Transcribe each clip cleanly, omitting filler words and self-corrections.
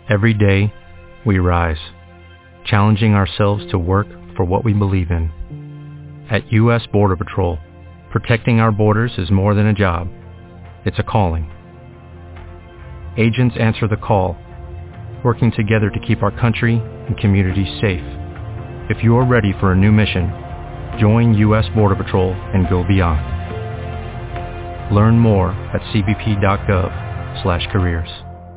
Every day, we rise, challenging ourselves to work for what we believe in. At U.S. Border Patrol, protecting our borders is more than a job. It's a calling. Agents answer the call, working together to keep our country and communities safe. If you are ready for a new mission, join U.S. Border Patrol and go beyond. Learn more at cbp.gov/careers.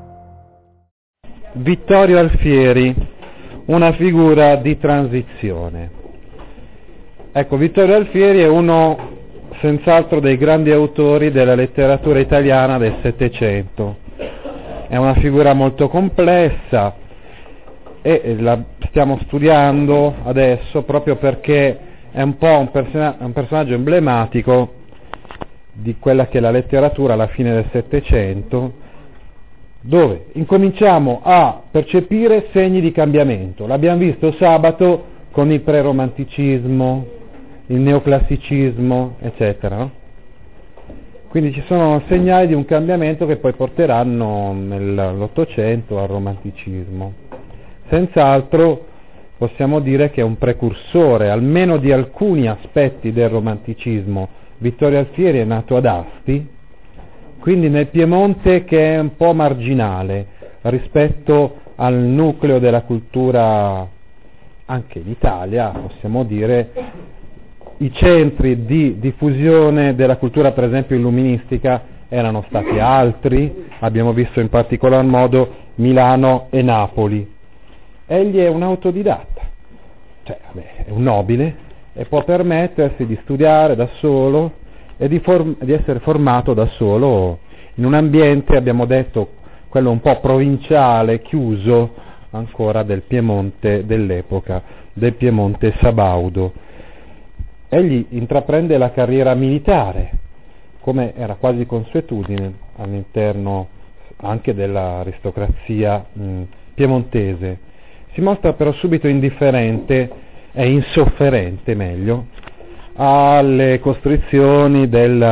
Vittorio Alfieri, una figura di transizione. Ecco, Vittorio Alfieri è uno senz'altro dei grandi autori della letteratura italiana del Settecento. È una figura molto complessa e la stiamo studiando adesso proprio perché è un po' un personaggio emblematico di quella che è la letteratura alla fine del Settecento, dove incominciamo a percepire segni di cambiamento. L'abbiamo visto sabato con il preromanticismo, il neoclassicismo, eccetera, no? Quindi ci sono segnali di un cambiamento che poi porteranno nell'Ottocento al romanticismo. Senz'altro possiamo dire che è un precursore, almeno di alcuni aspetti del romanticismo. Vittorio Alfieri è nato ad Asti, quindi nel Piemonte che è un po' marginale rispetto al nucleo della cultura anche in Italia, possiamo dire. I centri di diffusione della cultura, per esempio illuministica, erano stati altri, abbiamo visto in particolar modo Milano e Napoli. Egli è un autodidatta, cioè è un nobile e può permettersi di studiare da solo e di essere formato da solo in un ambiente, abbiamo detto, quello un po' provinciale, chiuso ancora del Piemonte dell'epoca, del Piemonte sabaudo. Egli intraprende la carriera militare, come era quasi consuetudine all'interno anche dell'aristocrazia piemontese. Si mostra però subito indifferente e insofferente, meglio, alle costrizioni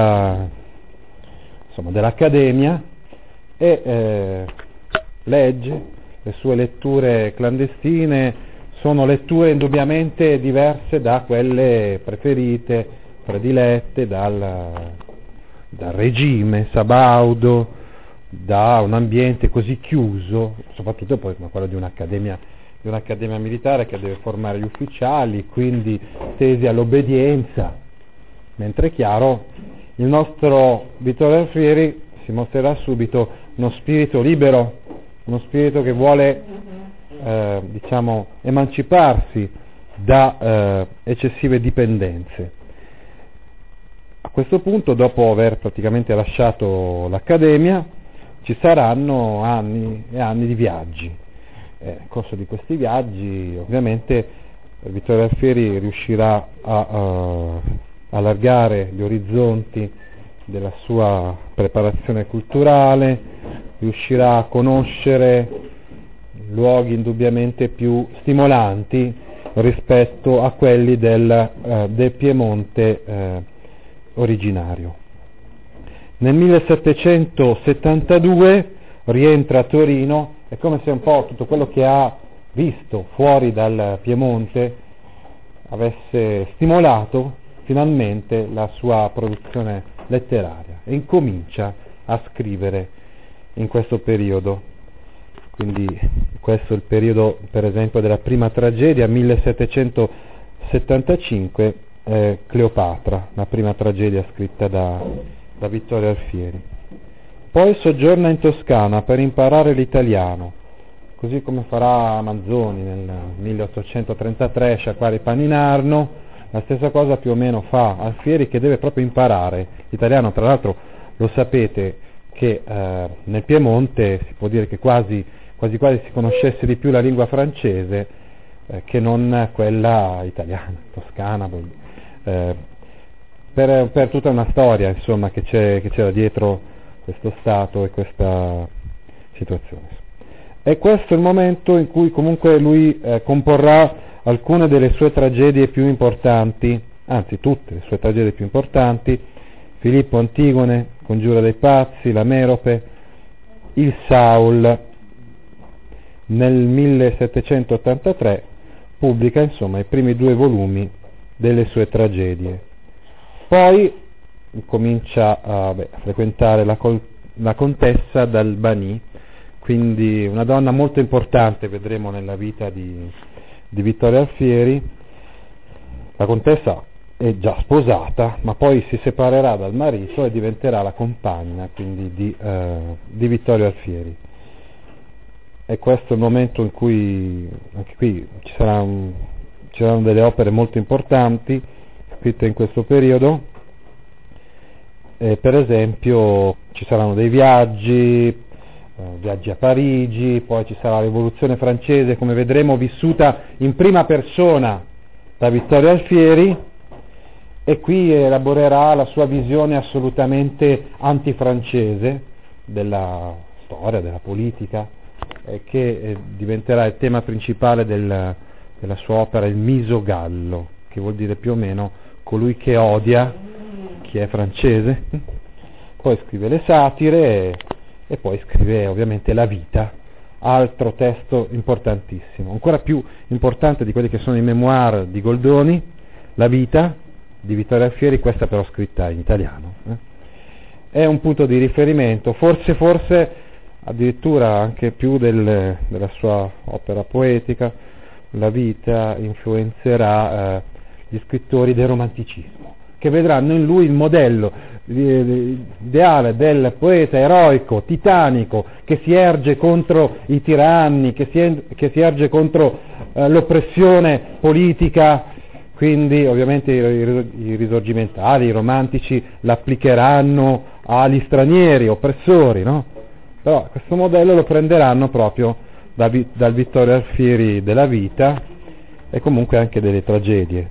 dell'Accademia e legge, le sue letture clandestine sono letture indubbiamente diverse da quelle preferite, predilette dal regime sabaudo, da un ambiente così chiuso, soprattutto poi quello di un'accademia militare che deve formare gli ufficiali, quindi tesi all'obbedienza, mentre è chiaro il nostro Vittorio Alfieri si mostrerà subito uno spirito libero, uno spirito che vuole emanciparsi da eccessive dipendenze. A questo punto, dopo aver praticamente lasciato l'Accademia, ci saranno anni e anni di viaggi. Nel corso di questi viaggi, ovviamente, Vittorio Alfieri riuscirà a allargare gli orizzonti della sua preparazione culturale, riuscirà a conoscere luoghi indubbiamente più stimolanti rispetto a quelli del Piemonte originario. Nel 1772 rientra a Torino, è come se un po' tutto quello che ha visto fuori dal Piemonte avesse stimolato finalmente la sua produzione letteraria e incomincia a scrivere in questo periodo. Quindi questo è il periodo, per esempio, della prima tragedia, 1775, Cleopatra, la prima tragedia scritta da Vittorio Alfieri. Poi soggiorna in Toscana per imparare l'italiano, così come farà Manzoni nel 1833, sciacquare i panni in Arno. La stessa cosa più o meno fa Alfieri, che deve proprio imparare l'italiano. Tra l'altro lo sapete che nel Piemonte si può dire che quasi si conoscesse di più la lingua francese che non quella italiana, toscana, per tutta una storia, insomma, che c'era dietro questo stato e questa situazione. E questo è il momento in cui comunque lui comporrà alcune delle sue tragedie più importanti, anzi tutte le sue tragedie più importanti: Filippo Antigone, Congiura dei pazzi, la Merope, il Saul. nel 1783 pubblica insomma i primi 2 volumi delle sue tragedie. Poi comincia a frequentare la contessa d'Albany, quindi una donna molto importante, vedremo, nella vita di Vittorio Alfieri. La contessa è già sposata, ma poi si separerà dal marito e diventerà la compagna quindi di Vittorio Alfieri. E questo è il momento in cui anche qui ci saranno delle opere molto importanti scritte in questo periodo. Per esempio ci saranno dei viaggi a Parigi, poi ci sarà la rivoluzione francese, come vedremo, vissuta in prima persona da Vittorio Alfieri, e qui elaborerà la sua visione assolutamente antifrancese della storia, della politica, che diventerà il tema principale della sua opera, il Misogallo, che vuol dire più o meno colui che odia chi è francese. Poi scrive le satire e poi scrive ovviamente la vita, altro testo importantissimo, ancora più importante di quelli che sono i memoir di Goldoni, la vita di Vittorio Alfieri, questa però scritta in italiano. È un punto di riferimento, forse addirittura anche più della sua opera poetica. La vita influenzerà gli scrittori del romanticismo, che vedranno in lui il modello ideale del poeta eroico, titanico, che si erge contro i tiranni, che si erge contro l'oppressione politica. Quindi ovviamente i risorgimentali, i romantici l'applicheranno agli stranieri, oppressori, no? Però questo modello lo prenderanno proprio dal Vittorio Alfieri della vita e comunque anche delle tragedie.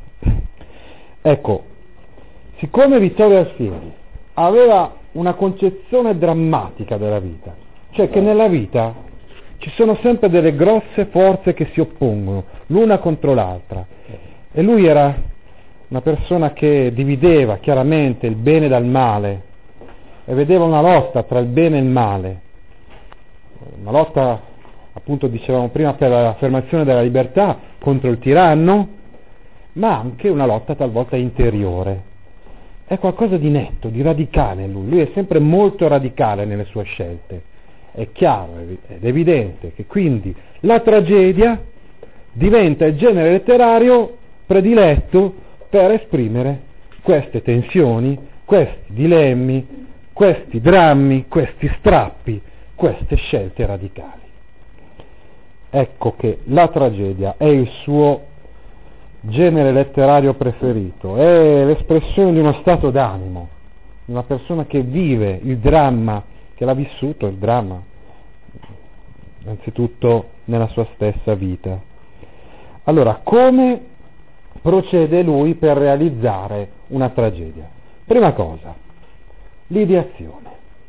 Ecco, siccome Vittorio Alfieri aveva una concezione drammatica della vita, cioè che nella vita ci sono sempre delle grosse forze che si oppongono l'una contro l'altra, e lui era una persona che divideva chiaramente il bene dal male e vedeva una lotta tra il bene e il male, una lotta, appunto dicevamo prima, per l'affermazione della libertà contro il tiranno, ma anche una lotta talvolta interiore. È qualcosa di netto, di radicale in lui è sempre molto radicale nelle sue scelte. È chiaro ed evidente che quindi la tragedia diventa il genere letterario prediletto per esprimere queste tensioni, questi dilemmi, questi drammi, questi strappi, queste scelte radicali. Ecco che la tragedia è il suo genere letterario preferito, è l'espressione di uno stato d'animo, di una persona che vive il dramma, che l'ha vissuto il dramma, anzitutto nella sua stessa vita. Allora, come procede lui per realizzare una tragedia? Prima cosa, l'ideazione,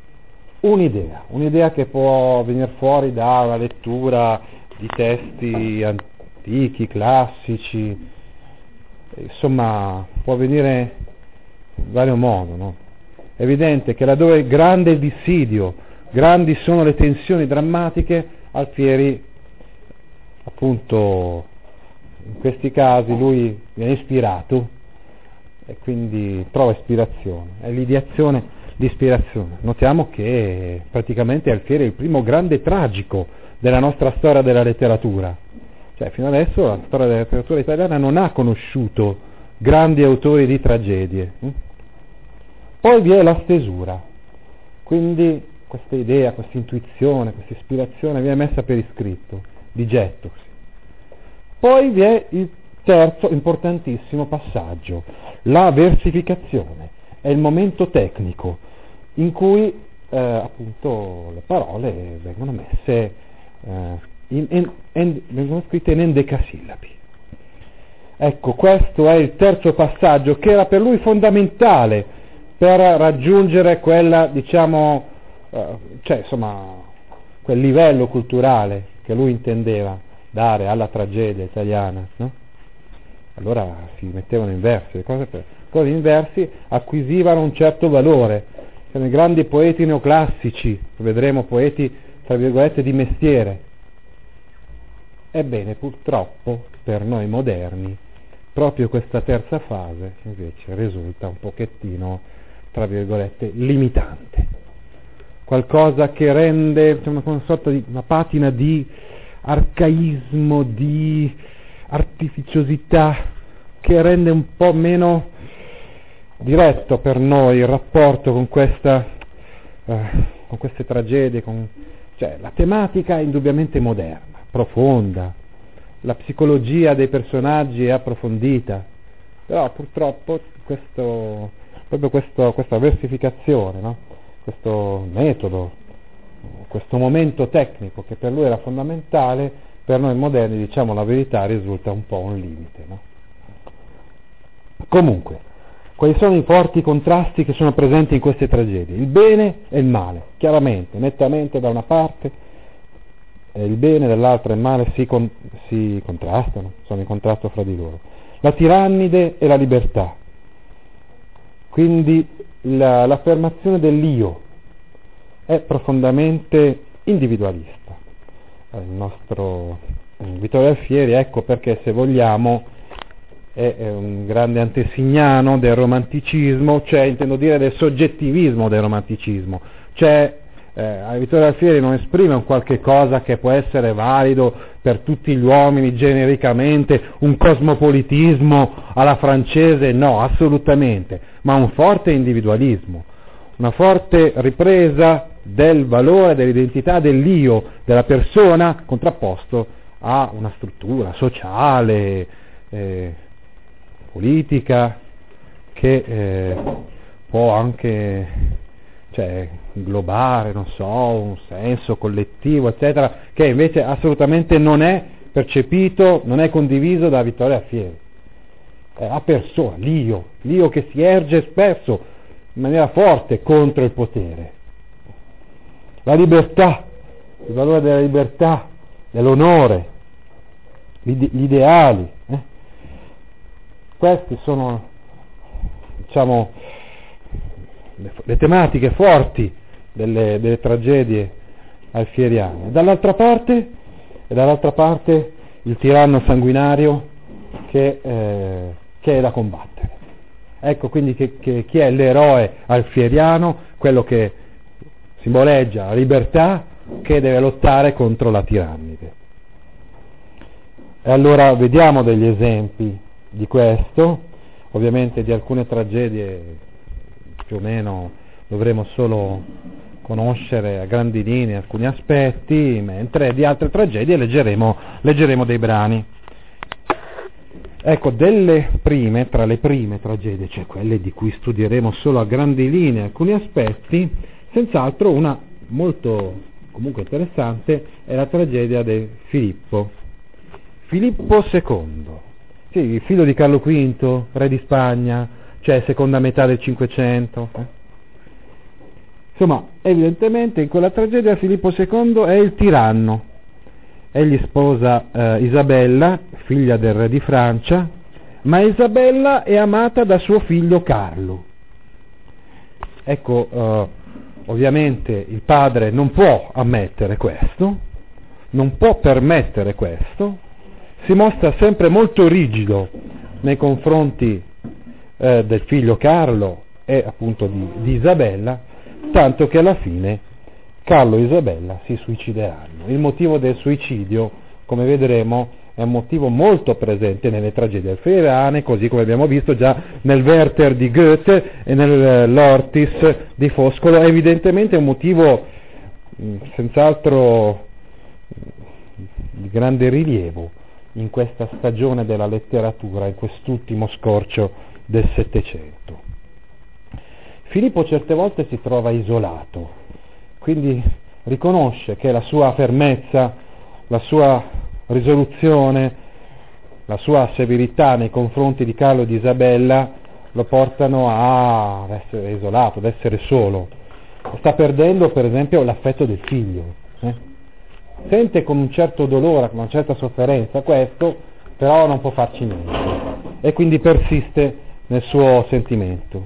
un'idea che può venire fuori dalla lettura di testi antichi, classici, insomma può venire in vario modo, no? È evidente che laddove è grande il dissidio, grandi sono le tensioni drammatiche, Alfieri appunto in questi casi lui viene ispirato e quindi trova ispirazione, è l'ideazione, l'ispirazione. Notiamo che praticamente Alfieri è il primo grande tragico della nostra storia della letteratura, cioè fino adesso la storia della letteratura italiana non ha conosciuto grandi autori di tragedie. Poi vi è la stesura, quindi questa idea, questa intuizione, questa ispirazione viene messa per iscritto, di getto. Poi vi è il terzo importantissimo passaggio, la versificazione, è il momento tecnico in cui appunto le parole vengono messe vengono scritte in endecasillabi. Ecco, questo è il terzo passaggio che era per lui fondamentale per raggiungere quella, diciamo, cioè insomma, quel livello culturale che lui intendeva dare alla tragedia italiana, no? Allora si mettevano in versi, le cose in versi acquisivano un certo valore. Sono i grandi poeti neoclassici, vedremo poeti tra virgolette di mestiere, Ebbene, purtroppo per noi moderni proprio questa terza fase invece risulta un pochettino, tra virgolette, limitante, qualcosa che rende una sorta di una patina di arcaismo, di artificiosità, che rende un po' meno diretto per noi il rapporto con queste tragedie, cioè la tematica è indubbiamente moderna, profonda, la psicologia dei personaggi è approfondita, però purtroppo questa versificazione, no? Questo metodo, questo momento tecnico che per lui era fondamentale, per noi moderni, diciamo la verità, risulta un po' un limite, no? Comunque, quali sono i forti contrasti che sono presenti in queste tragedie? Il bene e il male, chiaramente, nettamente da una parte, il bene dall'altra e il male si contrastano, sono in contrasto fra di loro. La tirannide e la libertà, quindi l'affermazione dell'io è profondamente individualista. Il nostro Vittorio Alfieri, ecco perché, se vogliamo, è un grande antesignano del romanticismo, cioè intendo dire del soggettivismo del romanticismo, cioè Vittorio Alfieri non esprime un qualche cosa che può essere valido per tutti gli uomini genericamente, un cosmopolitismo alla francese, no, assolutamente, ma un forte individualismo, una forte ripresa del valore, dell'identità dell'io, della persona, contrapposto a una struttura sociale, politica, che può anche inglobare, non so, un senso collettivo, eccetera, che invece assolutamente non è percepito, non è condiviso da Vittorio Alfieri. È la persona, l'io che si erge spesso in maniera forte contro il potere. La libertà, il valore della libertà, dell'onore, gli ideali. Queste sono, diciamo, le tematiche forti delle tragedie alfieriane. Dall'altra parte il tiranno sanguinario che è da combattere. Ecco quindi che chi è l'eroe alfieriano, quello che simboleggia la libertà, che deve lottare contro la tirannide. E allora vediamo degli esempi di questo, ovviamente di alcune tragedie più o meno dovremo solo conoscere a grandi linee alcuni aspetti, mentre di altre tragedie leggeremo dei brani. Ecco, tra le prime tragedie, cioè quelle di cui studieremo solo a grandi linee alcuni aspetti, senz'altro una molto comunque interessante è la tragedia di Filippo II, sì, figlio di Carlo V, re di Spagna, cioè seconda metà del Cinquecento. Insomma, evidentemente in quella tragedia Filippo II è il tiranno. Egli sposa Isabella, figlia del re di Francia, ma Isabella è amata da suo figlio Carlo. Ecco, ovviamente il padre non può ammettere questo, non può permettere questo, si mostra sempre molto rigido nei confronti del figlio Carlo e appunto di Isabella, tanto che alla fine Carlo e Isabella si suicideranno. Il motivo del suicidio, come vedremo, è un motivo molto presente nelle tragedie alfieriane, così come abbiamo visto già nel Werther di Goethe e nell'Ortis di Foscolo. È evidentemente un motivo senz'altro di grande rilievo in questa stagione della letteratura, in quest'ultimo scorcio del Settecento. Filippo certe volte si trova isolato, quindi riconosce che la sua fermezza, la sua risoluzione, la sua severità nei confronti di Carlo e di Isabella lo portano ad essere isolato, ad essere solo. Sta perdendo per esempio l'affetto del figlio. Sente con un certo dolore, con una certa sofferenza questo, però non può farci niente e quindi persiste nel suo sentimento.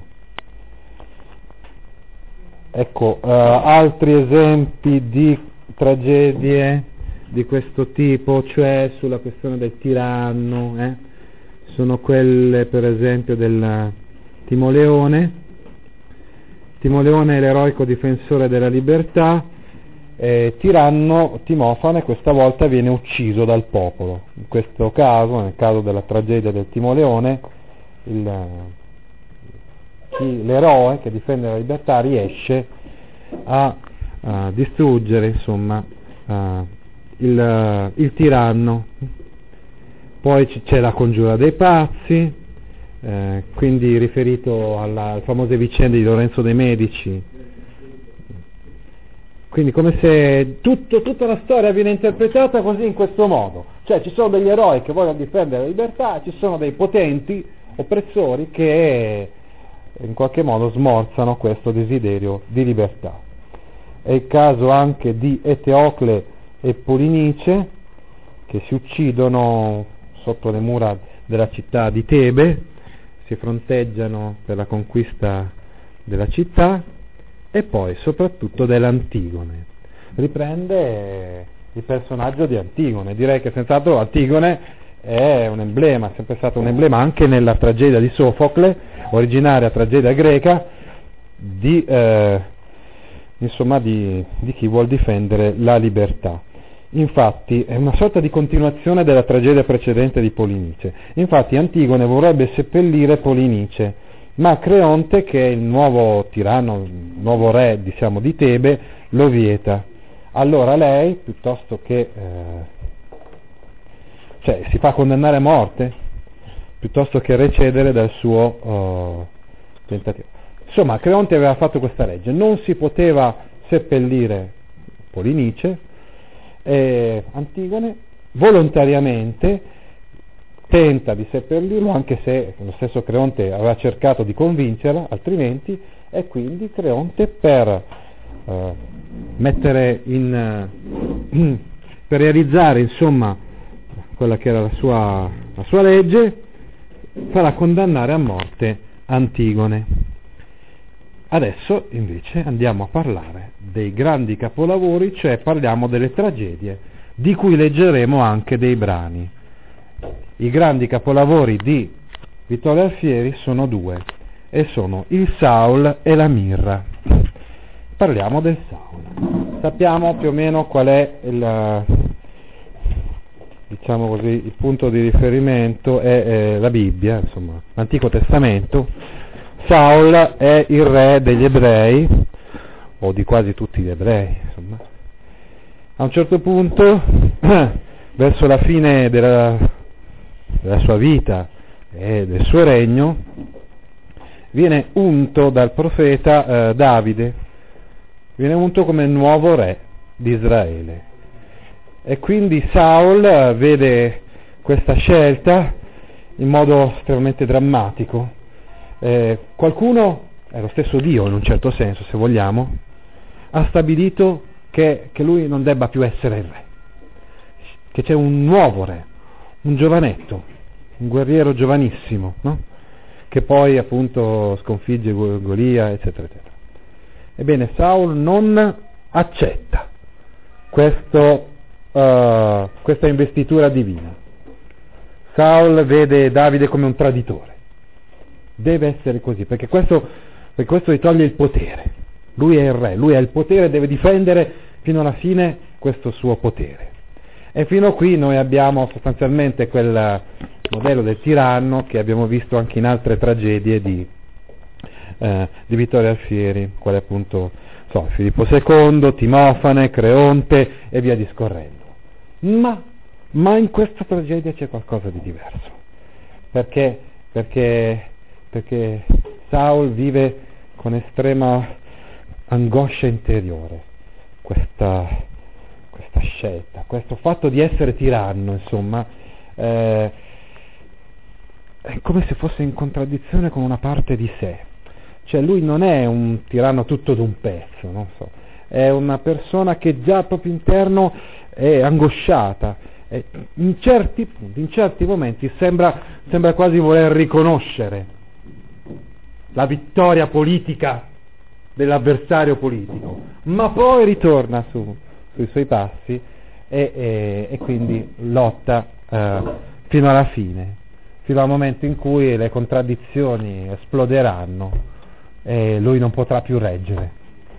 Ecco, altri esempi di tragedie di questo tipo, cioè sulla questione del tiranno, sono quelle per esempio del Timoleone. Timoleone è l'eroico difensore della libertà, tiranno Timofane questa volta viene ucciso dal popolo. In questo caso, nel caso della tragedia del Timoleone, l'eroe che difende la libertà riesce a distruggere, insomma, il tiranno. Poi c'è la congiura dei pazzi, quindi riferito alle famose vicende di Lorenzo de' Medici. Quindi come se tutta la storia viene interpretata così, in questo modo, cioè ci sono degli eroi che vogliono difendere la libertà, ci sono dei potenti oppressori che in qualche modo smorzano questo desiderio di libertà. È il caso anche di Eteocle e Polinice, che si uccidono sotto le mura della città di Tebe, si fronteggiano per la conquista della città, e poi soprattutto dell'Antigone. Riprende il personaggio di Antigone. Direi che senz'altro Antigone è un emblema, è sempre stato un emblema anche nella tragedia di Sofocle, originaria tragedia greca, di chi vuol difendere la libertà. Infatti è una sorta di continuazione della tragedia precedente di Polinice. Infatti Antigone vorrebbe seppellire Polinice, ma Creonte, che è il nuovo tiranno, il nuovo re, diciamo, di Tebe, lo vieta. Allora lei, piuttosto che si fa condannare a morte, piuttosto che recedere dal suo tentativo. Insomma, Creonte aveva fatto questa legge: non si poteva seppellire Polinice, e Antigone volontariamente tenta di seppellirlo, anche se lo stesso Creonte aveva cercato di convincerla, altrimenti, e quindi Creonte per realizzare, insomma, quella che era la sua legge, farà condannare a morte Antigone. Adesso invece andiamo a parlare dei grandi capolavori, cioè parliamo delle tragedie, di cui leggeremo anche dei brani. I grandi capolavori di Vittorio Alfieri sono due, e sono il Saul e la Mirra. Parliamo del Saul. Sappiamo più o meno qual è il punto di riferimento, è la Bibbia, insomma, l'Antico Testamento. Saul è il re degli ebrei, o di quasi tutti gli ebrei, insomma. A un certo punto, verso la fine della sua vita e del suo regno, viene unto dal profeta Davide, viene unto come nuovo re di Israele. E quindi Saul vede questa scelta in modo estremamente drammatico. Qualcuno, è lo stesso Dio in un certo senso, se vogliamo, ha stabilito che lui non debba più essere il re, che c'è un nuovo re, un giovanetto, un guerriero giovanissimo, no? Che poi appunto sconfigge Golia, eccetera, eccetera. Ebbene, Saul non accetta questa investitura divina. Saul vede Davide come un traditore. Deve essere così, perché questo gli toglie il potere. Lui è il re, lui ha il potere, deve difendere fino alla fine questo suo potere. E fino a qui noi abbiamo sostanzialmente quel modello del tiranno che abbiamo visto anche in altre tragedie di Vittorio Alfieri, quale appunto Filippo II, Timofane, Creonte e via discorrendo. Ma in questa tragedia c'è qualcosa di diverso, perché Saul vive con estrema angoscia interiore questa scelta, questo fatto di essere tiranno, insomma, è come se fosse in contraddizione con una parte di sé. Cioè lui non è un tiranno tutto d'un pezzo, non so, è una persona che già proprio interno è angosciata, e in certi punti, in certi momenti sembra quasi voler riconoscere la vittoria politica dell'avversario politico, ma poi ritorna sui suoi passi e quindi lotta fino alla fine, fino al momento in cui le contraddizioni esploderanno e lui non potrà più reggere,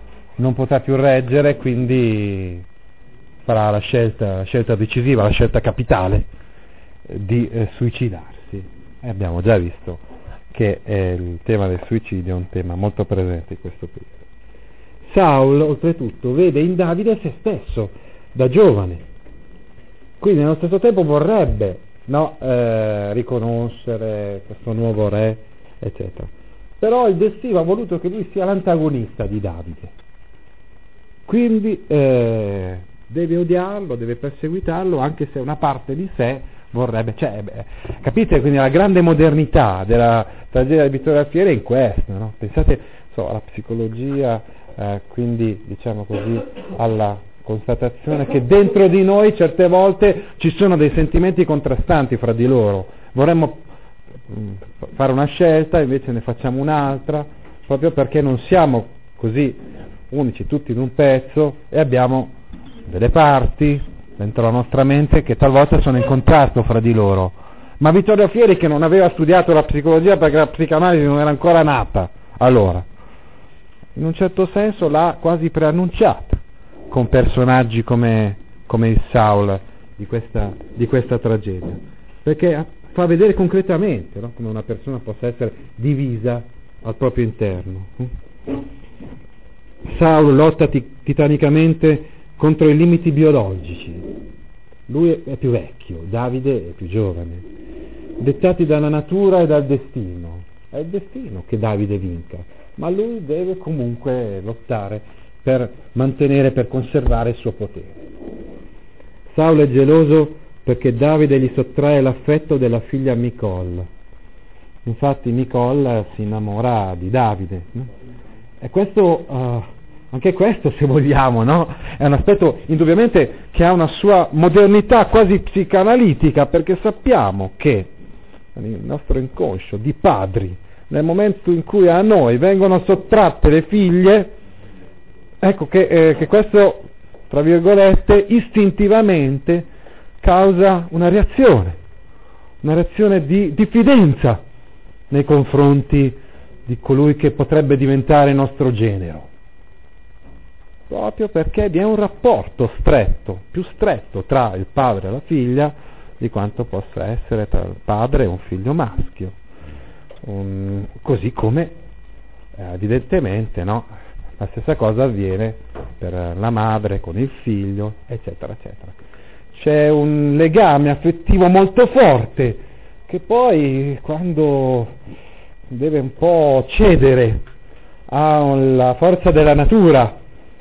quindi farà la scelta decisiva, la scelta capitale di suicidarsi. E abbiamo già visto che il tema del suicidio è un tema molto presente in questo periodo. Saul, oltretutto, vede in Davide se stesso da giovane, quindi nello stesso tempo vorrebbe riconoscere questo nuovo re, eccetera. Però il destino ha voluto che lui sia l'antagonista di Davide, quindi deve odiarlo, deve perseguitarlo, anche se una parte di sé vorrebbe, capite? Quindi la grande modernità della tragedia di Vittorio Alfieri è in questo, no? Pensate alla psicologia, quindi diciamo così alla constatazione che dentro di noi certe volte ci sono dei sentimenti contrastanti fra di loro, vorremmo fare una scelta, invece ne facciamo un'altra, proprio perché non siamo così unici tutti in un pezzo e abbiamo delle parti dentro la nostra mente che talvolta sono in contrasto fra di loro. Ma Vittorio Alfieri, che non aveva studiato la psicologia perché la psicanalisi non era ancora nata, allora in un certo senso l'ha quasi preannunciata con personaggi come il Saul di questa tragedia, perché fa vedere concretamente, no? Come una persona possa essere divisa al proprio interno. Saul lotta titanicamente contro i limiti biologici, lui è più vecchio, Davide è più giovane, dettati dalla natura e dal destino. È il destino che Davide vinca, ma lui deve comunque lottare per mantenere, per conservare il suo potere. Saul è geloso perché Davide gli sottrae l'affetto della figlia Michal. Infatti Michal si innamora di Davide, e questo anche questo, se vogliamo, no? È un aspetto indubbiamente che ha una sua modernità quasi psicanalitica, perché sappiamo che il nostro inconscio di padri, nel momento in cui a noi vengono sottratte le figlie, ecco che questo, tra virgolette, istintivamente causa una reazione di diffidenza nei confronti di colui che potrebbe diventare nostro genero, proprio perché vi è un rapporto più stretto tra il padre e la figlia di quanto possa essere tra il padre e un figlio maschio. Così come evidentemente, no? La stessa cosa avviene per la madre con il figlio, eccetera, eccetera. C'è un legame affettivo molto forte che poi, quando deve un po' cedere alla forza della natura,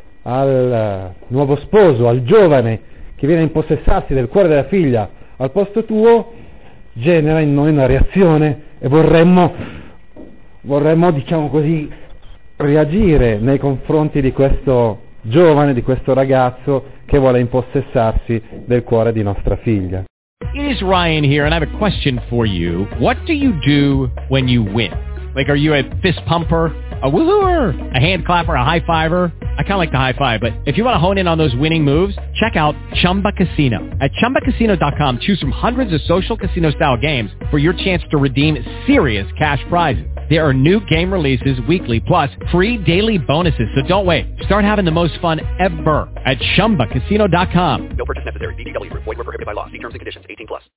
al nuovo sposo, al giovane che viene a impossessarsi del cuore della figlia al posto tuo, genera in noi una reazione e vorremmo, diciamo così, reagire nei confronti di questo giovane, di questo ragazzo che vuole impossessarsi del cuore di nostra figlia. It is Ryan here, and I have a question for you. What do you do when you win? Like, are you a fist pumper, a woohooer, a hand clapper, a high fiver? I kind of like the high five, but if you want to hone in on those winning moves, check out Chumba Casino. At ChumbaCasino.com, choose from hundreds of social casino-style games for your chance to redeem serious cash prizes. There are new game releases weekly, plus free daily bonuses, so don't wait. Start having the most fun ever at ChumbaCasino.com. No purchase necessary. VGW Group. Void where prohibited by law. See terms and conditions. 18+.